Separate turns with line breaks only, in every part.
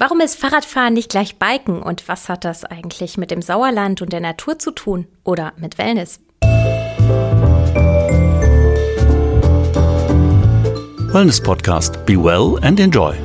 Warum ist Fahrradfahren nicht gleich Biken und was hat das eigentlich mit dem Sauerland und der Natur zu tun oder mit Wellness?
Wellness Podcast. Be well and enjoy.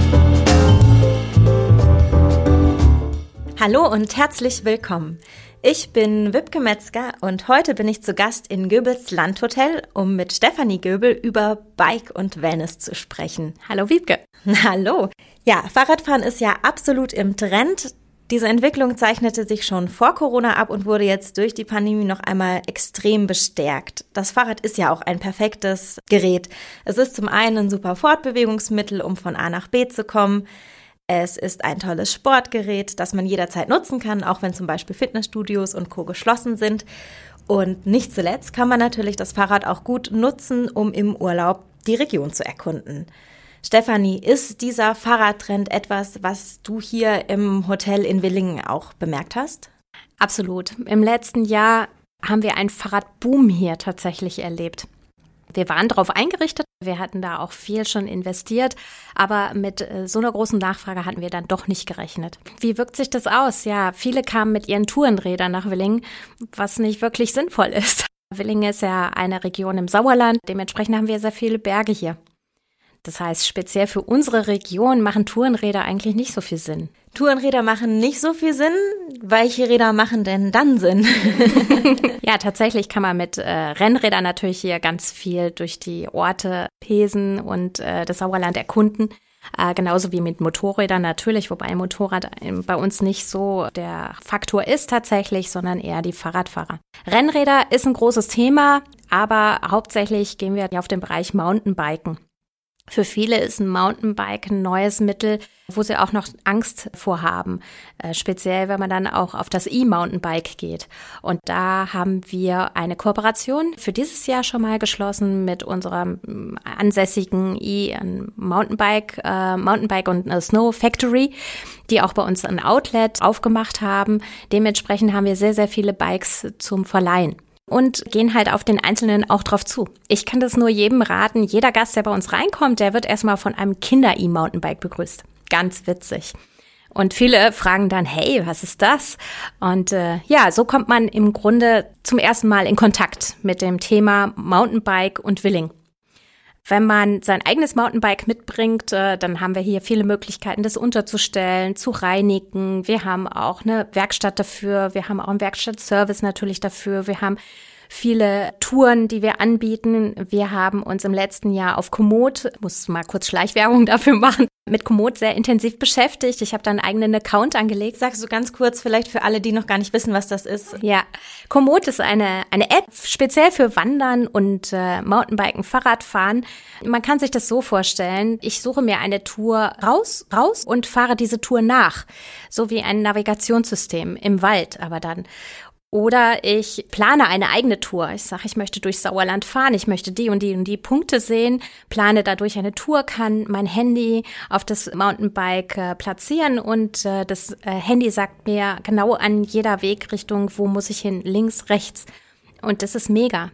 Hallo und herzlich willkommen. Ich bin Wibke Metzger und heute bin ich zu Gast in Göbels Landhotel, um mit Stefanie Göbel über Bike und Wellness zu sprechen.
Hallo Wiebke.
Hallo. Ja, Fahrradfahren ist ja absolut im Trend. Diese Entwicklung zeichnete sich schon vor Corona ab und wurde jetzt durch die Pandemie noch einmal extrem bestärkt. Das Fahrrad ist ja auch ein perfektes Gerät. Es ist zum einen ein super Fortbewegungsmittel, um von A nach B zu kommen. Es ist ein tolles Sportgerät, das man jederzeit nutzen kann, auch wenn zum Beispiel Fitnessstudios und Co. geschlossen sind. Und nicht zuletzt kann man natürlich das Fahrrad auch gut nutzen, um im Urlaub die Region zu erkunden. Stefanie, ist dieser Fahrradtrend etwas, was du hier im Hotel in Willingen auch bemerkt hast?
Absolut. Im letzten Jahr haben wir einen Fahrradboom hier tatsächlich erlebt. Wir waren darauf eingerichtet, wir hatten da auch viel schon investiert, aber mit so einer großen Nachfrage hatten wir dann doch nicht gerechnet. Wie wirkt sich das aus? Ja, viele kamen mit ihren Tourenrädern nach Willingen, was nicht wirklich sinnvoll ist. Willingen ist ja eine Region im Sauerland, dementsprechend haben wir sehr viele Berge hier. Das heißt, speziell für unsere Region machen Tourenräder eigentlich nicht so viel Sinn.
Tourenräder machen nicht so viel Sinn. Welche Räder machen denn dann Sinn?
Ja, tatsächlich kann man mit Rennrädern natürlich hier ganz viel durch die Orte pesen und das Sauerland erkunden. Genauso wie mit Motorrädern natürlich, wobei Motorrad bei uns nicht so der Faktor ist tatsächlich, sondern eher die Fahrradfahrer. Rennräder ist ein großes Thema, aber hauptsächlich gehen wir auf den Bereich Mountainbiken. Für viele ist ein Mountainbike ein neues Mittel, wo sie auch noch Angst vorhaben, speziell wenn man dann auch auf das E-Mountainbike geht. Und da haben wir eine Kooperation für dieses Jahr schon mal geschlossen mit unserer ansässigen Mountainbike und Snow Factory, die auch bei uns ein Outlet aufgemacht haben. Dementsprechend haben wir sehr, sehr viele Bikes zum Verleihen. Und gehen halt auf den Einzelnen auch drauf zu. Ich kann das nur jedem raten. Jeder Gast, der bei uns reinkommt, der wird erstmal von einem Kinder-E-Mountainbike begrüßt. Ganz witzig. Und viele fragen dann, hey, was ist das? Und so kommt man im Grunde zum ersten Mal in Kontakt mit dem Thema Mountainbike und Willingen. Wenn man sein eigenes Mountainbike mitbringt, dann haben wir hier viele Möglichkeiten, das unterzustellen, zu reinigen. Wir haben auch eine Werkstatt dafür. Wir haben auch einen Werkstattservice natürlich dafür. Wir haben viele Touren, die wir anbieten. Wir haben uns im letzten Jahr auf Komoot, muss mal kurz Schleichwerbung dafür machen, mit Komoot sehr intensiv beschäftigt. Ich habe da einen eigenen Account angelegt.
Sagst du ganz kurz vielleicht für alle, die noch gar nicht wissen, was das ist?
Ja, Komoot ist eine App speziell für Wandern und Mountainbiken, Fahrradfahren. Man kann sich das so vorstellen, ich suche mir eine Tour raus und fahre diese Tour nach. So wie ein Navigationssystem im Wald aber dann. Oder ich plane eine eigene Tour. Ich sage, ich möchte durchs Sauerland fahren, ich möchte die und die und die Punkte sehen, plane dadurch eine Tour, kann mein Handy auf das Mountainbike platzieren und das Handy sagt mir genau an jeder Wegrichtung, wo muss ich hin, links, rechts. Und das ist mega.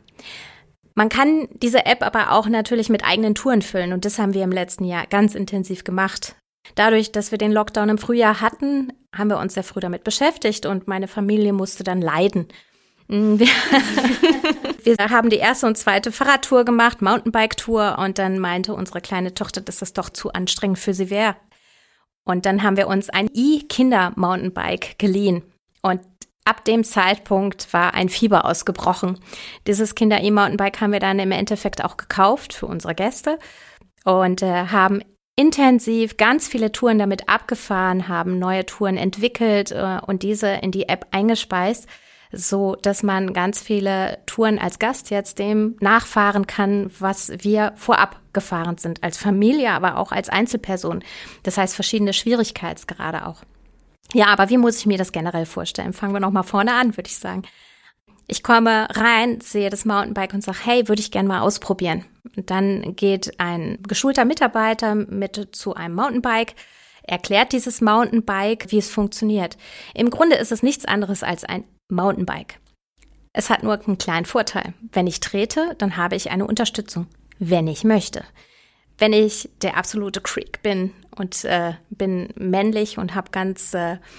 Man kann diese App aber auch natürlich mit eigenen Touren füllen und das haben wir im letzten Jahr ganz intensiv gemacht. Dadurch, dass wir den Lockdown im Frühjahr hatten, haben wir uns sehr früh damit beschäftigt und meine Familie musste dann leiden. Wir haben die erste und zweite Fahrradtour gemacht, Mountainbike-Tour, und dann meinte unsere kleine Tochter, dass das doch zu anstrengend für sie wäre. Und dann haben wir uns ein E-Kinder-Mountainbike geliehen und ab dem Zeitpunkt war ein Fieber ausgebrochen. Dieses Kinder-E-Mountainbike haben wir dann im Endeffekt auch gekauft für unsere Gäste und haben intensiv ganz viele Touren damit abgefahren, haben neue Touren entwickelt und diese in die App eingespeist, so dass man ganz viele Touren als Gast jetzt dem nachfahren kann, was wir vorab gefahren sind, als Familie, aber auch als Einzelperson. Das heißt verschiedene Schwierigkeitsgrade auch. Ja, aber wie muss ich mir das generell vorstellen? Fangen wir nochmal vorne an, würde ich sagen. Ich komme rein, sehe das Mountainbike und sage, hey, würde ich gerne mal ausprobieren. Und dann geht ein geschulter Mitarbeiter mit zu einem Mountainbike, erklärt dieses Mountainbike, wie es funktioniert. Im Grunde ist es nichts anderes als ein Mountainbike. Es hat nur einen kleinen Vorteil. Wenn ich trete, dann habe ich eine Unterstützung, wenn ich möchte. wenn ich der absolute Freak bin und bin männlich und habe ganz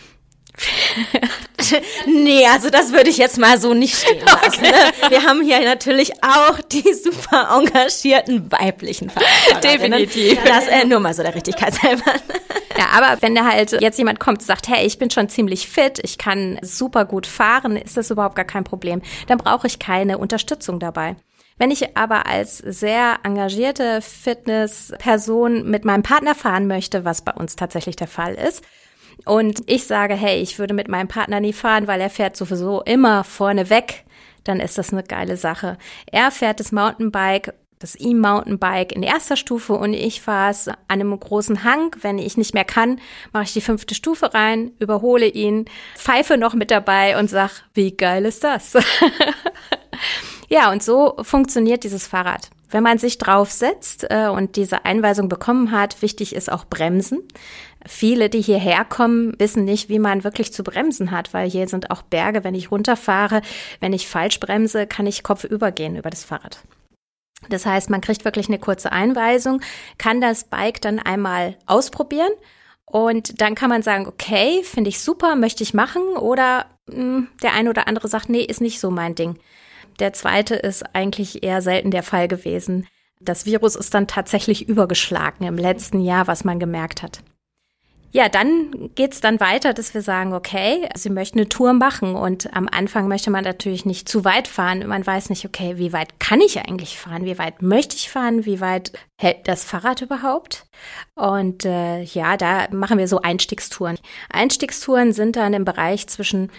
nee, also das würde ich jetzt mal so nicht stehen lassen. Okay. Ne? Wir haben hier natürlich auch die super engagierten weiblichen Fahrradfahrerinnen.
Definitiv.
Das nur mal so der Richtigkeit halber.
Ja, aber wenn da halt jetzt jemand kommt und sagt, hey, ich bin schon ziemlich fit, ich kann super gut fahren, ist das überhaupt gar kein Problem. Dann brauche ich keine Unterstützung dabei. Wenn ich aber als sehr engagierte Fitnessperson mit meinem Partner fahren möchte, was bei uns tatsächlich der Fall ist, und ich sage, hey, ich würde mit meinem Partner nie fahren, weil er fährt sowieso immer vorne weg, dann ist das eine geile Sache. Er fährt das Mountainbike, das E-Mountainbike in erster Stufe und ich fahre es an einem großen Hang. Wenn ich nicht mehr kann, mache ich die 5. Stufe rein, überhole ihn, pfeife noch mit dabei und sag, wie geil ist das? Ja, und so funktioniert dieses Fahrrad. Wenn man sich draufsetzt und diese Einweisung bekommen hat, wichtig ist auch Bremsen. Viele, die hierher kommen, wissen nicht, wie man wirklich zu bremsen hat, weil hier sind auch Berge. Wenn ich runterfahre, wenn ich falsch bremse, kann ich kopfüber gehen über das Fahrrad. Das heißt, man kriegt wirklich eine kurze Einweisung, kann das Bike dann einmal ausprobieren und dann kann man sagen, okay, finde ich super, möchte ich machen, oder der eine oder andere sagt, nee, ist nicht so mein Ding. Der zweite ist eigentlich eher selten der Fall gewesen. Das Virus ist dann tatsächlich übergeschlagen im letzten Jahr, was man gemerkt hat. Ja, dann geht's dann weiter, dass wir sagen, okay, Sie möchten eine Tour machen und am Anfang möchte man natürlich nicht zu weit fahren. Man weiß nicht, okay, wie weit kann ich eigentlich fahren? Wie weit möchte ich fahren? Wie weit hält das Fahrrad überhaupt? Und ja, da machen wir so Einstiegstouren. Einstiegstouren sind dann im Bereich zwischen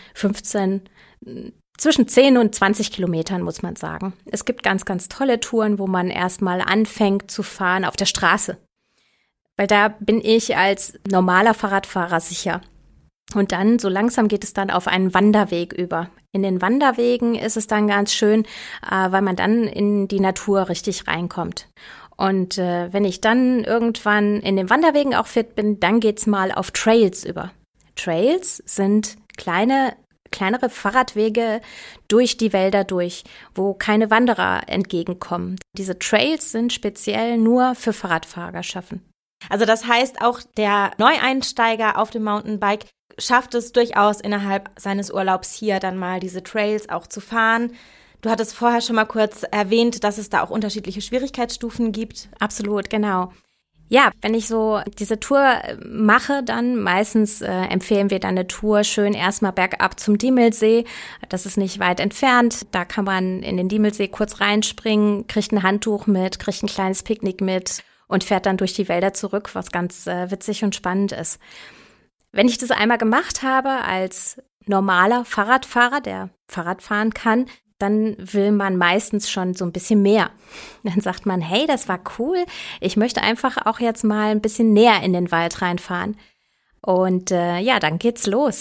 10 und 20 Kilometern, muss man sagen. Es gibt ganz, ganz tolle Touren, wo man erstmal anfängt zu fahren auf der Straße. Weil da bin ich als normaler Fahrradfahrer sicher. Und dann, so langsam geht es dann auf einen Wanderweg über. In den Wanderwegen ist es dann ganz schön, weil man dann in die Natur richtig reinkommt. Und wenn ich dann irgendwann in den Wanderwegen auch fit bin, dann geht's mal auf Trails über. Trails sind kleinere Fahrradwege durch die Wälder durch, wo keine Wanderer entgegenkommen. Diese Trails sind speziell nur für Fahrradfahrer geschaffen.
Also das heißt, auch der Neueinsteiger auf dem Mountainbike schafft es durchaus innerhalb seines Urlaubs hier dann mal diese Trails auch zu fahren. Du hattest vorher schon mal kurz erwähnt, dass es da auch unterschiedliche Schwierigkeitsstufen gibt.
Absolut, genau. Ja, wenn ich so diese Tour mache, dann meistens empfehlen wir dann eine Tour schön erstmal bergab zum Diemelsee. Das ist nicht weit entfernt. Da kann man in den Diemelsee kurz reinspringen, kriegt ein Handtuch mit, kriegt ein kleines Picknick mit und fährt dann durch die Wälder zurück, was ganz witzig und spannend ist. Wenn ich das einmal gemacht habe als normaler Fahrradfahrer, der Fahrrad fahren kann, dann will man meistens schon so ein bisschen mehr. Dann sagt man, hey, das war cool, ich möchte einfach auch jetzt mal ein bisschen näher in den Wald reinfahren. Und ja, dann geht's los.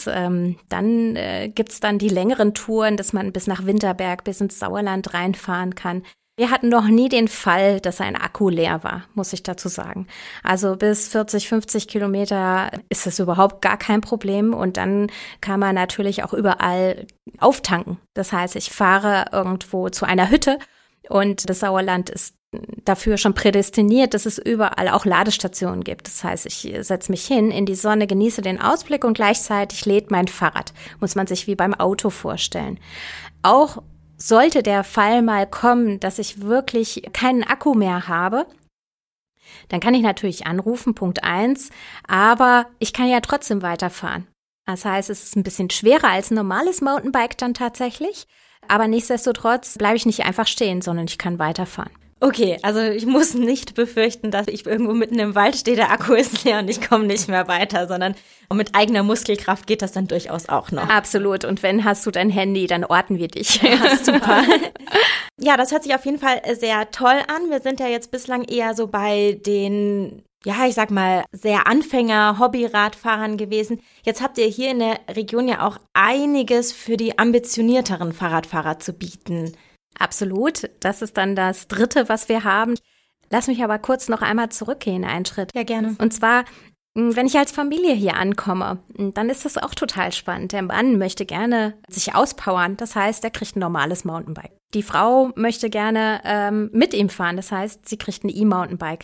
Dann gibt's dann die längeren Touren, dass man bis nach Winterberg, bis ins Sauerland reinfahren kann. Wir hatten noch nie den Fall, dass ein Akku leer war, muss ich dazu sagen. Also bis 40, 50 Kilometer ist das überhaupt gar kein Problem. Und dann kann man natürlich auch überall auftanken. Das heißt, ich fahre irgendwo zu einer Hütte und das Sauerland ist dafür schon prädestiniert, dass es überall auch Ladestationen gibt. Das heißt, ich setze mich hin in die Sonne, genieße den Ausblick und gleichzeitig lädt mein Fahrrad. Muss man sich wie beim Auto vorstellen. Auch sollte der Fall mal kommen, dass ich wirklich keinen Akku mehr habe, dann kann ich natürlich anrufen, Punkt 1, aber ich kann ja trotzdem weiterfahren. Das heißt, es ist ein bisschen schwerer als ein normales Mountainbike dann tatsächlich, aber nichtsdestotrotz bleibe ich nicht einfach stehen, sondern ich kann weiterfahren.
Okay, also ich muss nicht befürchten, dass ich irgendwo mitten im Wald stehe, der Akku ist leer und ich komme nicht mehr weiter, sondern mit eigener Muskelkraft geht das dann durchaus auch noch.
Absolut. Und wenn hast du dein Handy, dann orten wir dich.
Ja, super. Ja, das hört sich auf jeden Fall sehr toll an. Wir sind ja jetzt bislang eher so bei den, ja, ich sag mal, sehr Anfänger-Hobby-Radfahrern gewesen. Jetzt habt ihr hier in der Region ja auch einiges für die ambitionierteren Fahrradfahrer zu bieten.
Absolut. Das ist dann das Dritte, was wir haben. Lass mich aber kurz noch einmal zurückgehen, einen Schritt.
Ja, gerne.
Und zwar, wenn ich als Familie hier ankomme, dann ist das auch total spannend. Der Mann möchte gerne sich auspowern. Das heißt, er kriegt ein normales Mountainbike. Die Frau möchte gerne mit ihm fahren. Das heißt, sie kriegt ein E-Mountainbike.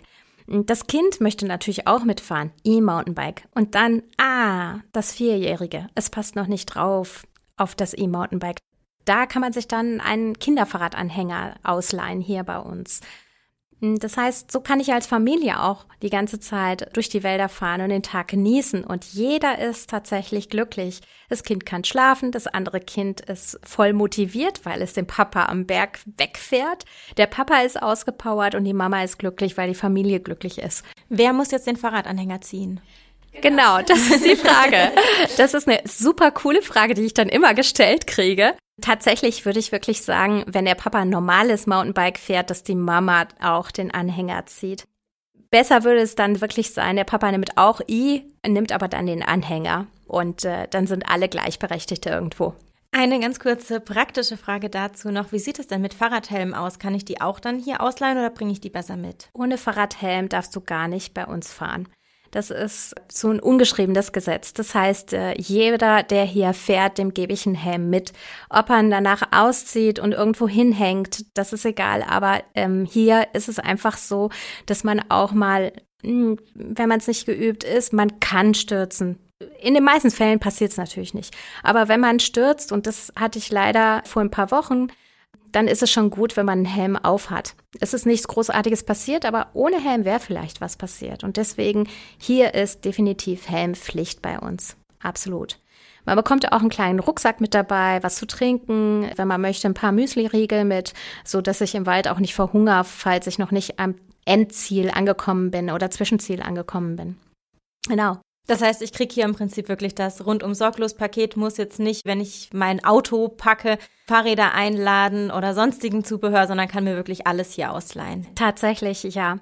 Das Kind möchte natürlich auch mitfahren, E-Mountainbike. Und dann, das 4-Jährige, es passt noch nicht drauf auf das E-Mountainbike. Da kann man sich dann einen Kinderfahrradanhänger ausleihen hier bei uns. Das heißt, so kann ich als Familie auch die ganze Zeit durch die Wälder fahren und den Tag genießen. Und jeder ist tatsächlich glücklich. Das Kind kann schlafen, das andere Kind ist voll motiviert, weil es den Papa am Berg wegfährt. Der Papa ist ausgepowert und die Mama ist glücklich, weil die Familie glücklich ist.
Wer muss jetzt den Fahrradanhänger ziehen?
Genau, das ist die Frage. Das ist eine super coole Frage, die ich dann immer gestellt kriege. Tatsächlich würde ich wirklich sagen, wenn der Papa ein normales Mountainbike fährt, dass die Mama auch den Anhänger zieht. Besser würde es dann wirklich sein, der Papa nimmt auch nimmt aber dann den Anhänger und dann sind alle Gleichberechtigte irgendwo.
Eine ganz kurze praktische Frage dazu noch. Wie sieht es denn mit Fahrradhelmen aus? Kann ich die auch dann hier ausleihen oder bringe ich die besser mit?
Ohne Fahrradhelm darfst du gar nicht bei uns fahren. Das ist so ein ungeschriebenes Gesetz. Das heißt, jeder, der hier fährt, dem gebe ich einen Helm mit. Ob er ihn danach auszieht und irgendwo hinhängt, das ist egal. Aber hier ist es einfach so, dass man auch mal, wenn man es nicht geübt ist, man kann stürzen. In den meisten Fällen passiert es natürlich nicht. Aber wenn man stürzt, und das hatte ich leider vor ein paar Wochen, dann ist es schon gut, wenn man einen Helm aufhat. Es ist nichts Großartiges passiert, aber ohne Helm wäre vielleicht was passiert. Und deswegen, hier ist definitiv Helmpflicht bei uns. Absolut. Man bekommt auch einen kleinen Rucksack mit dabei, was zu trinken, wenn man möchte, ein paar Müsli-Riegel mit, so dass ich im Wald auch nicht verhungere, falls ich noch nicht am Endziel angekommen bin oder Zwischenziel angekommen bin. Genau.
Das heißt, ich kriege hier im Prinzip wirklich das Rundum-Sorglos-Paket, muss jetzt nicht, wenn ich mein Auto packe, Fahrräder einladen oder sonstigen Zubehör, sondern kann mir wirklich alles hier ausleihen.
Tatsächlich, ja.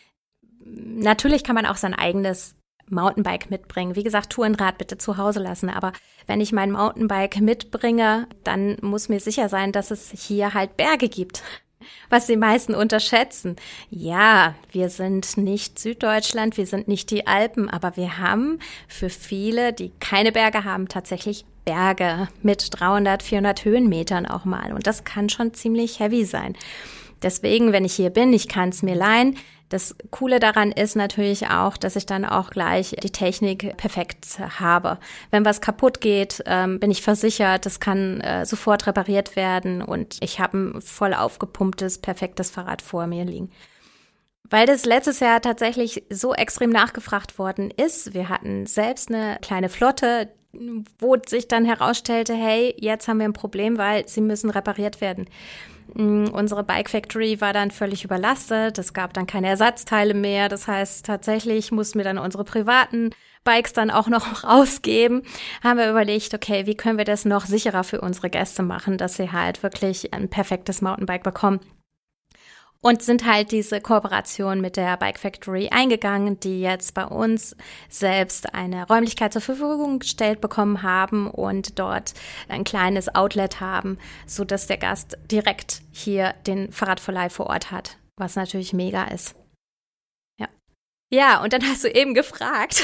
Natürlich kann man auch sein eigenes Mountainbike mitbringen. Wie gesagt, Tourenrad bitte zu Hause lassen. Aber wenn ich mein Mountainbike mitbringe, dann muss mir sicher sein, dass es hier halt Berge gibt. Was die meisten unterschätzen. Ja, wir sind nicht Süddeutschland, wir sind nicht die Alpen, aber wir haben für viele, die keine Berge haben, tatsächlich Berge mit 300, 400 Höhenmetern auch mal. Und das kann schon ziemlich heavy sein. Deswegen, wenn ich hier bin, ich kann es mir leihen. Das Coole daran ist natürlich auch, dass ich dann auch gleich die Technik perfekt habe. Wenn was kaputt geht, bin ich versichert, das kann sofort repariert werden und ich habe ein voll aufgepumptes, perfektes Fahrrad vor mir liegen. Weil das letztes Jahr tatsächlich so extrem nachgefragt worden ist, wir hatten selbst eine kleine Flotte, wo sich dann herausstellte, hey, jetzt haben wir ein Problem, weil sie müssen repariert werden. Unsere Bike Factory war dann völlig überlastet, es gab dann keine Ersatzteile mehr, das heißt tatsächlich mussten wir dann unsere privaten Bikes dann auch noch rausgeben, haben wir überlegt, okay, wie können wir das noch sicherer für unsere Gäste machen, dass sie halt wirklich ein perfektes Mountainbike bekommen. Und sind halt diese Kooperation mit der Bike Factory eingegangen, die jetzt bei uns selbst eine Räumlichkeit zur Verfügung gestellt bekommen haben und dort ein kleines Outlet haben, so dass der Gast direkt hier den Fahrradverleih vor Ort hat, was natürlich mega ist. Ja, und dann hast du eben gefragt,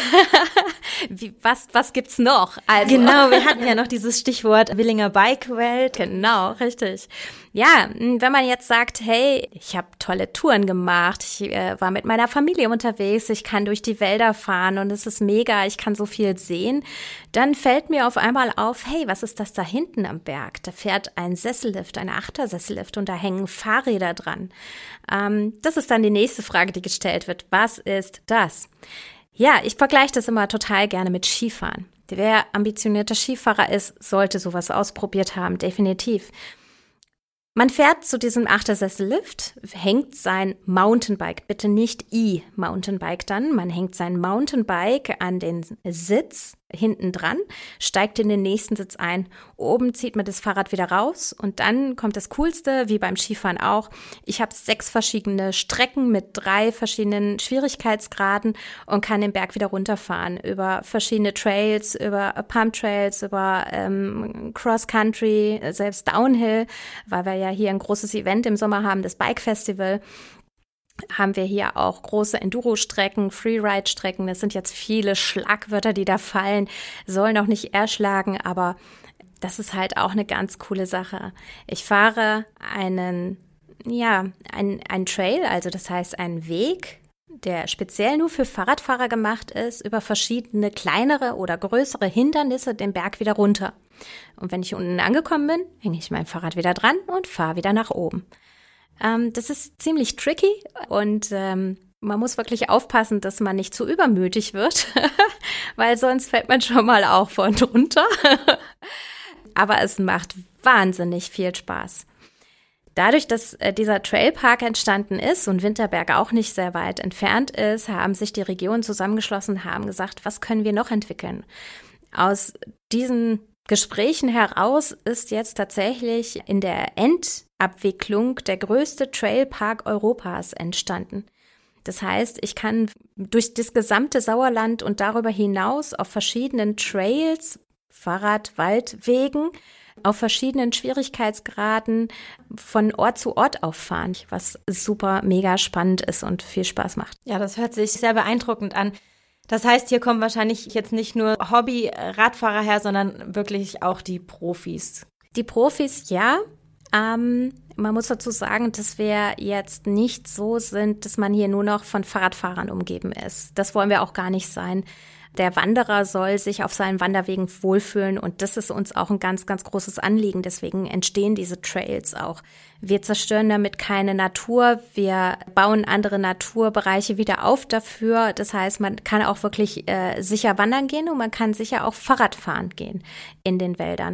was gibt's noch?
Also, genau, wir hatten ja noch dieses Stichwort Willinger Bike-Welt.
Genau, richtig. Ja, wenn man jetzt sagt, hey, ich habe tolle Touren gemacht, ich war mit meiner Familie unterwegs, ich kann durch die Wälder fahren und es ist mega, ich kann so viel sehen, dann fällt mir auf einmal auf, hey, was ist das da hinten am Berg? Da fährt ein Sessellift, ein Achtersessellift und da hängen Fahrräder dran. Das ist dann die nächste Frage, die gestellt wird. Was ist das? Ja, ich vergleiche das immer total gerne mit Skifahren. Wer ambitionierter Skifahrer ist, sollte sowas ausprobiert haben, definitiv. Man fährt zu diesem Achtersessellift, hängt sein Mountainbike, bitte nicht E-Mountainbike dann, man hängt sein Mountainbike an den Sitz hinten dran, steigt in den nächsten Sitz ein, oben zieht man das Fahrrad wieder raus und dann kommt das Coolste, wie beim Skifahren auch. Ich habe 6 verschiedene Strecken mit 3 verschiedenen Schwierigkeitsgraden und kann den Berg wieder runterfahren über verschiedene Trails, über Pumptrails, über Cross-Country, selbst Downhill, weil wir ja hier ein großes Event im Sommer haben, das Bike Festival. Haben wir hier auch große Enduro-Strecken, Freeride-Strecken. Das sind jetzt viele Schlagwörter, die da fallen, sollen auch nicht erschlagen, aber das ist halt auch eine ganz coole Sache. Ich fahre einen Trail, also das heißt einen Weg der speziell nur für Fahrradfahrer gemacht ist, über verschiedene kleinere oder größere Hindernisse den Berg wieder runter. Und wenn ich unten angekommen bin, hänge ich mein Fahrrad wieder dran und fahre wieder nach oben. Das ist ziemlich tricky und man muss wirklich aufpassen, dass man nicht zu übermütig wird, weil sonst fällt man schon mal auch von drunter. Aber es macht wahnsinnig viel Spaß. Dadurch, dass dieser Trailpark entstanden ist und Winterberg auch nicht sehr weit entfernt ist, haben sich die Regionen zusammengeschlossen, haben gesagt, was können wir noch entwickeln? Aus diesen Gesprächen heraus ist jetzt tatsächlich in der Endabwicklung der größte Trailpark Europas entstanden. Das heißt, ich kann durch das gesamte Sauerland und darüber hinaus auf verschiedenen Trails, Fahrrad-Waldwegen, auf verschiedenen Schwierigkeitsgraden von Ort zu Ort auffahren, was super mega spannend ist und viel Spaß macht.
Ja, das hört sich sehr beeindruckend an. Das heißt, hier kommen wahrscheinlich jetzt nicht nur Hobby-Radfahrer her, sondern wirklich auch die Profis.
Die Profis, ja. Man muss dazu sagen, dass wir jetzt nicht so sind, dass man hier nur noch von Fahrradfahrern umgeben ist. Das wollen wir auch gar nicht sein. Der Wanderer soll sich auf seinen Wanderwegen wohlfühlen und das ist uns auch ein ganz, ganz großes Anliegen. Deswegen entstehen diese Trails auch. Wir zerstören damit keine Natur, wir bauen andere Naturbereiche wieder auf dafür. Das heißt, man kann auch wirklich sicher wandern gehen und man kann sicher auch Fahrrad fahren gehen in den Wäldern.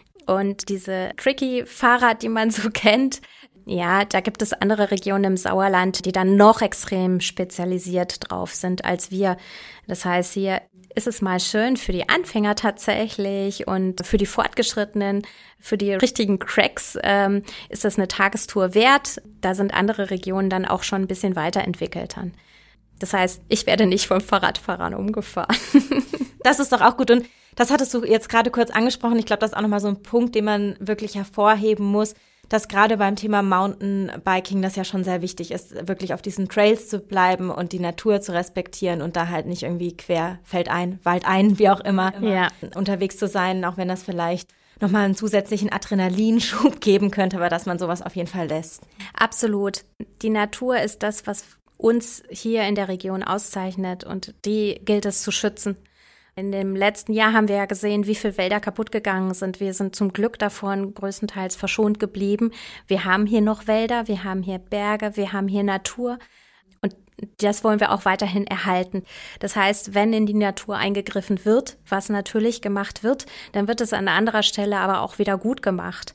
Und diese tricky Fahrrad, die man so kennt, ja, da gibt es andere Regionen im Sauerland, die dann noch extrem spezialisiert drauf sind als wir. Das heißt, hier ist es mal schön für die Anfänger tatsächlich und für die Fortgeschrittenen, für die richtigen Cracks ist das eine Tagestour wert. Da sind andere Regionen dann auch schon ein bisschen weiterentwickelt dann. Das heißt, ich werde nicht von Fahrradfahrern umgefahren.
Das ist doch auch gut. Und das hattest du jetzt gerade kurz angesprochen. Ich glaube, das ist auch nochmal so ein Punkt, den man wirklich hervorheben muss, dass gerade beim Thema Mountainbiking das ja schon sehr wichtig ist, wirklich auf diesen Trails zu bleiben und die Natur zu respektieren und da halt nicht irgendwie quer feldein, waldein, wie auch immer, unterwegs zu sein, auch wenn das vielleicht nochmal einen zusätzlichen Adrenalinschub geben könnte, aber dass man sowas auf jeden Fall lässt.
Absolut. Die Natur ist das, was uns hier in der Region auszeichnet und die gilt es zu schützen. In dem letzten Jahr haben wir ja gesehen, wie viele Wälder kaputt gegangen sind. Wir sind zum Glück davon größtenteils verschont geblieben. Wir haben hier noch Wälder, wir haben hier Berge, wir haben hier Natur und das wollen wir auch weiterhin erhalten. Das heißt, wenn in die Natur eingegriffen wird, was natürlich gemacht wird, dann wird es an anderer Stelle aber auch wieder gut gemacht.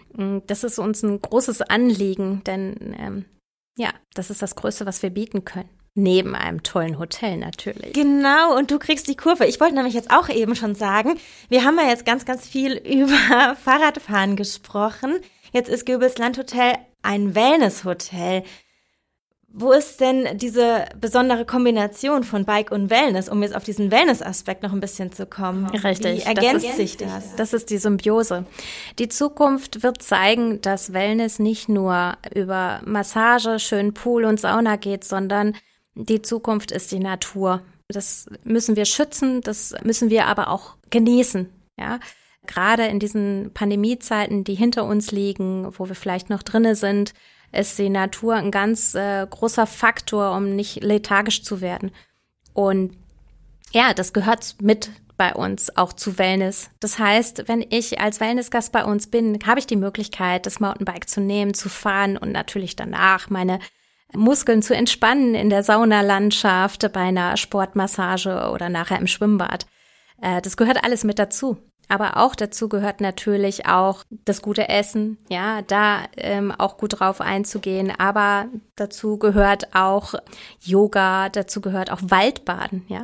Das ist uns ein großes Anliegen, denn das ist das Größte, was wir bieten können. Neben einem tollen Hotel natürlich.
Genau, und du kriegst die Kurve. Ich wollte nämlich jetzt auch eben schon sagen, wir haben ja jetzt ganz, ganz viel über Fahrradfahren gesprochen. Jetzt ist Göbels Landhotel ein Wellnesshotel. Wo ist denn diese besondere Kombination von Bike und Wellness, um jetzt auf diesen Wellness-Aspekt noch ein bisschen zu kommen?
Richtig.
Wie ergänzt sich das?
Das ist die Symbiose. Die Zukunft wird zeigen, dass Wellness nicht nur über Massage, schönen Pool und Sauna geht, sondern die Zukunft ist die Natur. Das müssen wir schützen, das müssen wir aber auch genießen, ja. Gerade in diesen Pandemiezeiten, die hinter uns liegen, wo wir vielleicht noch drinne sind, ist die Natur ein ganz großer Faktor, um nicht lethargisch zu werden. Und ja, das gehört mit bei uns auch zu Wellness. Das heißt, wenn ich als Wellnessgast bei uns bin, habe ich die Möglichkeit, das Mountainbike zu nehmen, zu fahren und natürlich danach meine Muskeln zu entspannen in der Saunalandschaft, bei einer Sportmassage oder nachher im Schwimmbad. Das gehört alles mit dazu. Aber auch dazu gehört natürlich auch das gute Essen, ja, da auch gut drauf einzugehen. Aber dazu gehört auch Yoga, dazu gehört auch Waldbaden, ja.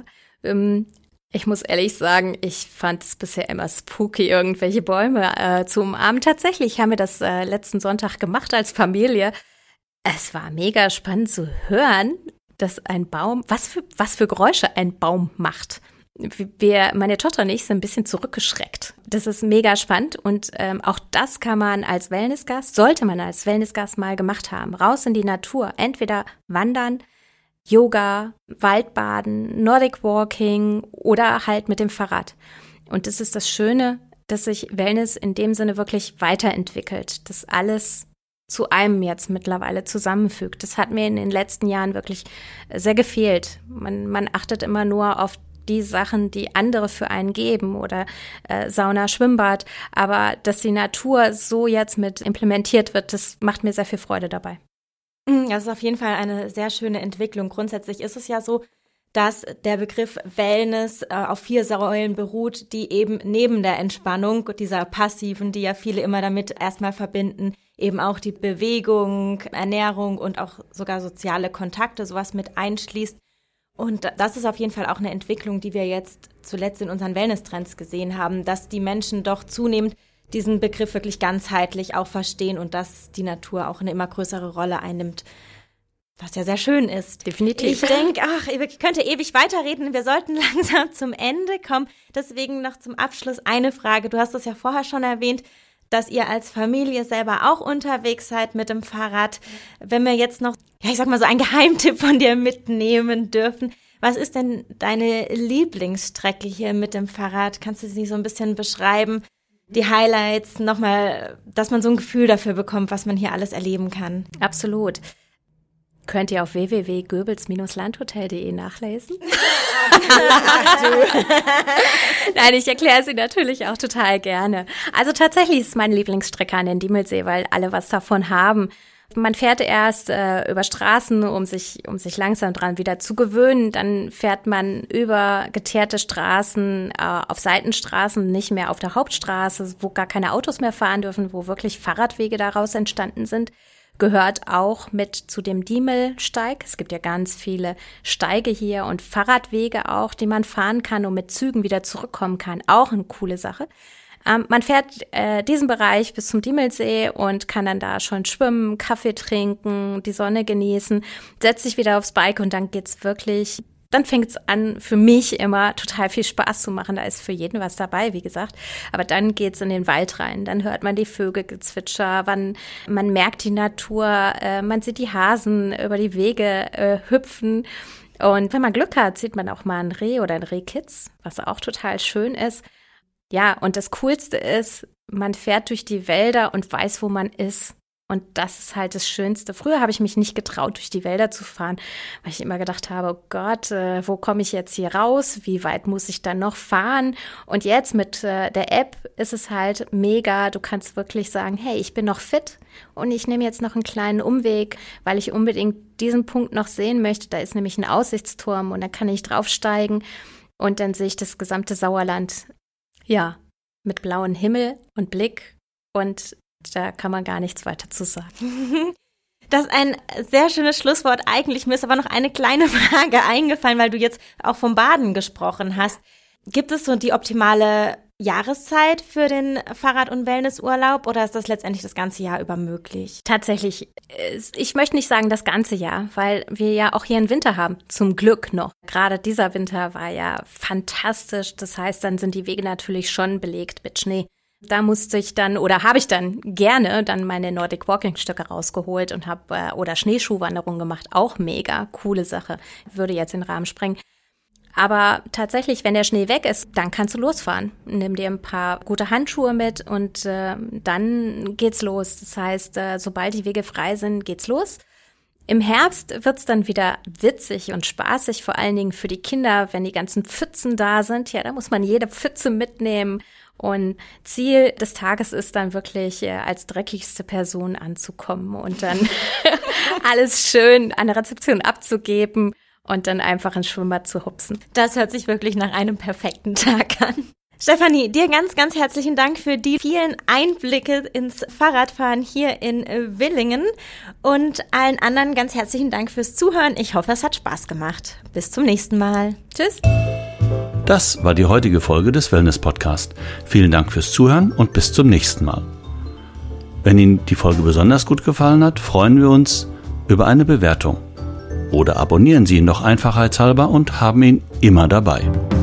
Ich muss ehrlich sagen, ich fand es bisher immer spooky, irgendwelche Bäume zu umarmen. Tatsächlich haben wir das letzten Sonntag gemacht als Familie. Es war mega spannend zu hören, dass ein Baum, was für Geräusche ein Baum macht. Meine Tochter und ich sind ein bisschen zurückgeschreckt. Das ist mega spannend und auch das kann man als Wellnessgast, sollte man als Wellnessgast mal gemacht haben. Raus in die Natur, entweder wandern, Yoga, Waldbaden, Nordic Walking oder halt mit dem Fahrrad. Und das ist das Schöne, dass sich Wellness in dem Sinne wirklich weiterentwickelt, dass alles zu einem jetzt mittlerweile zusammenfügt. Das hat mir in den letzten Jahren wirklich sehr gefehlt. Man achtet immer nur auf die Sachen, die andere für einen geben oder Sauna, Schwimmbad. Aber dass die Natur so jetzt mit implementiert wird, das macht mir sehr viel Freude dabei.
Das ist auf jeden Fall eine sehr schöne Entwicklung. Grundsätzlich ist es ja so, dass der Begriff Wellness auf 4 Säulen beruht, die eben neben der Entspannung, dieser passiven, die ja viele immer damit erstmal verbinden, eben auch die Bewegung, Ernährung und auch sogar soziale Kontakte, sowas mit einschließt. Und das ist auf jeden Fall auch eine Entwicklung, die wir jetzt zuletzt in unseren Wellness-Trends gesehen haben, dass die Menschen doch zunehmend diesen Begriff wirklich ganzheitlich auch verstehen und dass die Natur auch eine immer größere Rolle einnimmt, was ja sehr schön ist.
Definitiv.
Ich denke, ich könnte ewig weiterreden. Wir sollten langsam zum Ende kommen. Deswegen noch zum Abschluss eine Frage. Du hast es ja vorher schon erwähnt, dass ihr als Familie selber auch unterwegs seid mit dem Fahrrad. Wenn wir jetzt noch, ich sag mal so einen Geheimtipp von dir mitnehmen dürfen. Was ist denn deine Lieblingsstrecke hier mit dem Fahrrad? Kannst du sie so ein bisschen beschreiben? Die Highlights nochmal, dass man so ein Gefühl dafür bekommt, was man hier alles erleben kann.
Absolut. Könnt ihr auf www.goebels-landhotel.de nachlesen. Nein, ich erkläre sie natürlich auch total gerne. Also tatsächlich ist es meine Lieblingsstrecke an den Diemelsee, weil alle was davon haben. Man fährt erst über Straßen, um sich langsam dran wieder zu gewöhnen. Dann fährt man über geteerte Straßen, auf Seitenstraßen, nicht mehr auf der Hauptstraße, wo gar keine Autos mehr fahren dürfen, wo wirklich Fahrradwege daraus entstanden sind. Gehört auch mit zu dem Diemelsteig. Es gibt ja ganz viele Steige hier und Fahrradwege auch, die man fahren kann und mit Zügen wieder zurückkommen kann. Auch eine coole Sache. Man fährt diesen Bereich bis zum Diemelsee und kann dann da schon schwimmen, Kaffee trinken, die Sonne genießen, setzt sich wieder aufs Bike und dann dann fängt es an, für mich immer total viel Spaß zu machen. Da ist für jeden was dabei, wie gesagt. Aber dann geht's in den Wald rein. Dann hört man die Vögelgezwitscher, man merkt die Natur, man sieht die Hasen über die Wege hüpfen. Und wenn man Glück hat, sieht man auch mal ein Reh oder ein Rehkitz, was auch total schön ist. Ja, und das Coolste ist, man fährt durch die Wälder und weiß, wo man ist. Und das ist halt das Schönste. Früher habe ich mich nicht getraut, durch die Wälder zu fahren, weil ich immer gedacht habe, oh Gott, wo komme ich jetzt hier raus? Wie weit muss ich dann noch fahren? Und jetzt mit der App ist es halt mega. Du kannst wirklich sagen, hey, ich bin noch fit und ich nehme jetzt noch einen kleinen Umweg, weil ich unbedingt diesen Punkt noch sehen möchte. Da ist nämlich ein Aussichtsturm und da kann ich draufsteigen und dann sehe ich das gesamte Sauerland, ja, mit blauem Himmel und Blick und da kann man gar nichts weiter zu sagen. Das ist ein sehr schönes Schlusswort eigentlich. Mir ist aber noch eine kleine Frage eingefallen, weil du jetzt auch vom Baden gesprochen hast. Gibt es so die optimale Jahreszeit für den Fahrrad- und Wellnessurlaub oder ist das letztendlich das ganze Jahr über möglich? Tatsächlich, ich möchte nicht sagen das ganze Jahr, weil wir ja auch hier einen Winter haben, zum Glück noch. Gerade dieser Winter war ja fantastisch. Das heißt, dann sind die Wege natürlich schon belegt mit Schnee. Da musste ich dann oder habe ich dann gerne dann meine Nordic Walking Stöcke rausgeholt und habe oder Schneeschuhwanderung gemacht. Auch mega coole Sache. Würde jetzt den Rahmen sprengen. Aber tatsächlich, wenn der Schnee weg ist, dann kannst du losfahren. Nimm dir ein paar gute Handschuhe mit und dann geht's los. Das heißt, sobald die Wege frei sind, geht's los. Im Herbst wird's dann wieder witzig und spaßig, vor allen Dingen für die Kinder, wenn die ganzen Pfützen da sind. Ja, da muss man jede Pfütze mitnehmen. Und Ziel des Tages ist dann wirklich, als dreckigste Person anzukommen und dann alles schön an der Rezeption abzugeben und dann einfach ins Schwimmbad zu hupsen.
Das hört sich wirklich nach einem perfekten Tag an. Stefanie, dir ganz, ganz herzlichen Dank für die vielen Einblicke ins Fahrradfahren hier in Villingen und allen anderen ganz herzlichen Dank fürs Zuhören. Ich hoffe, es hat Spaß gemacht. Bis zum nächsten Mal.
Tschüss.
Das war die heutige Folge des Wellness-Podcast. Vielen Dank fürs Zuhören und bis zum nächsten Mal. Wenn Ihnen die Folge besonders gut gefallen hat, freuen wir uns über eine Bewertung. Oder abonnieren Sie ihn doch einfachheitshalber und haben ihn immer dabei.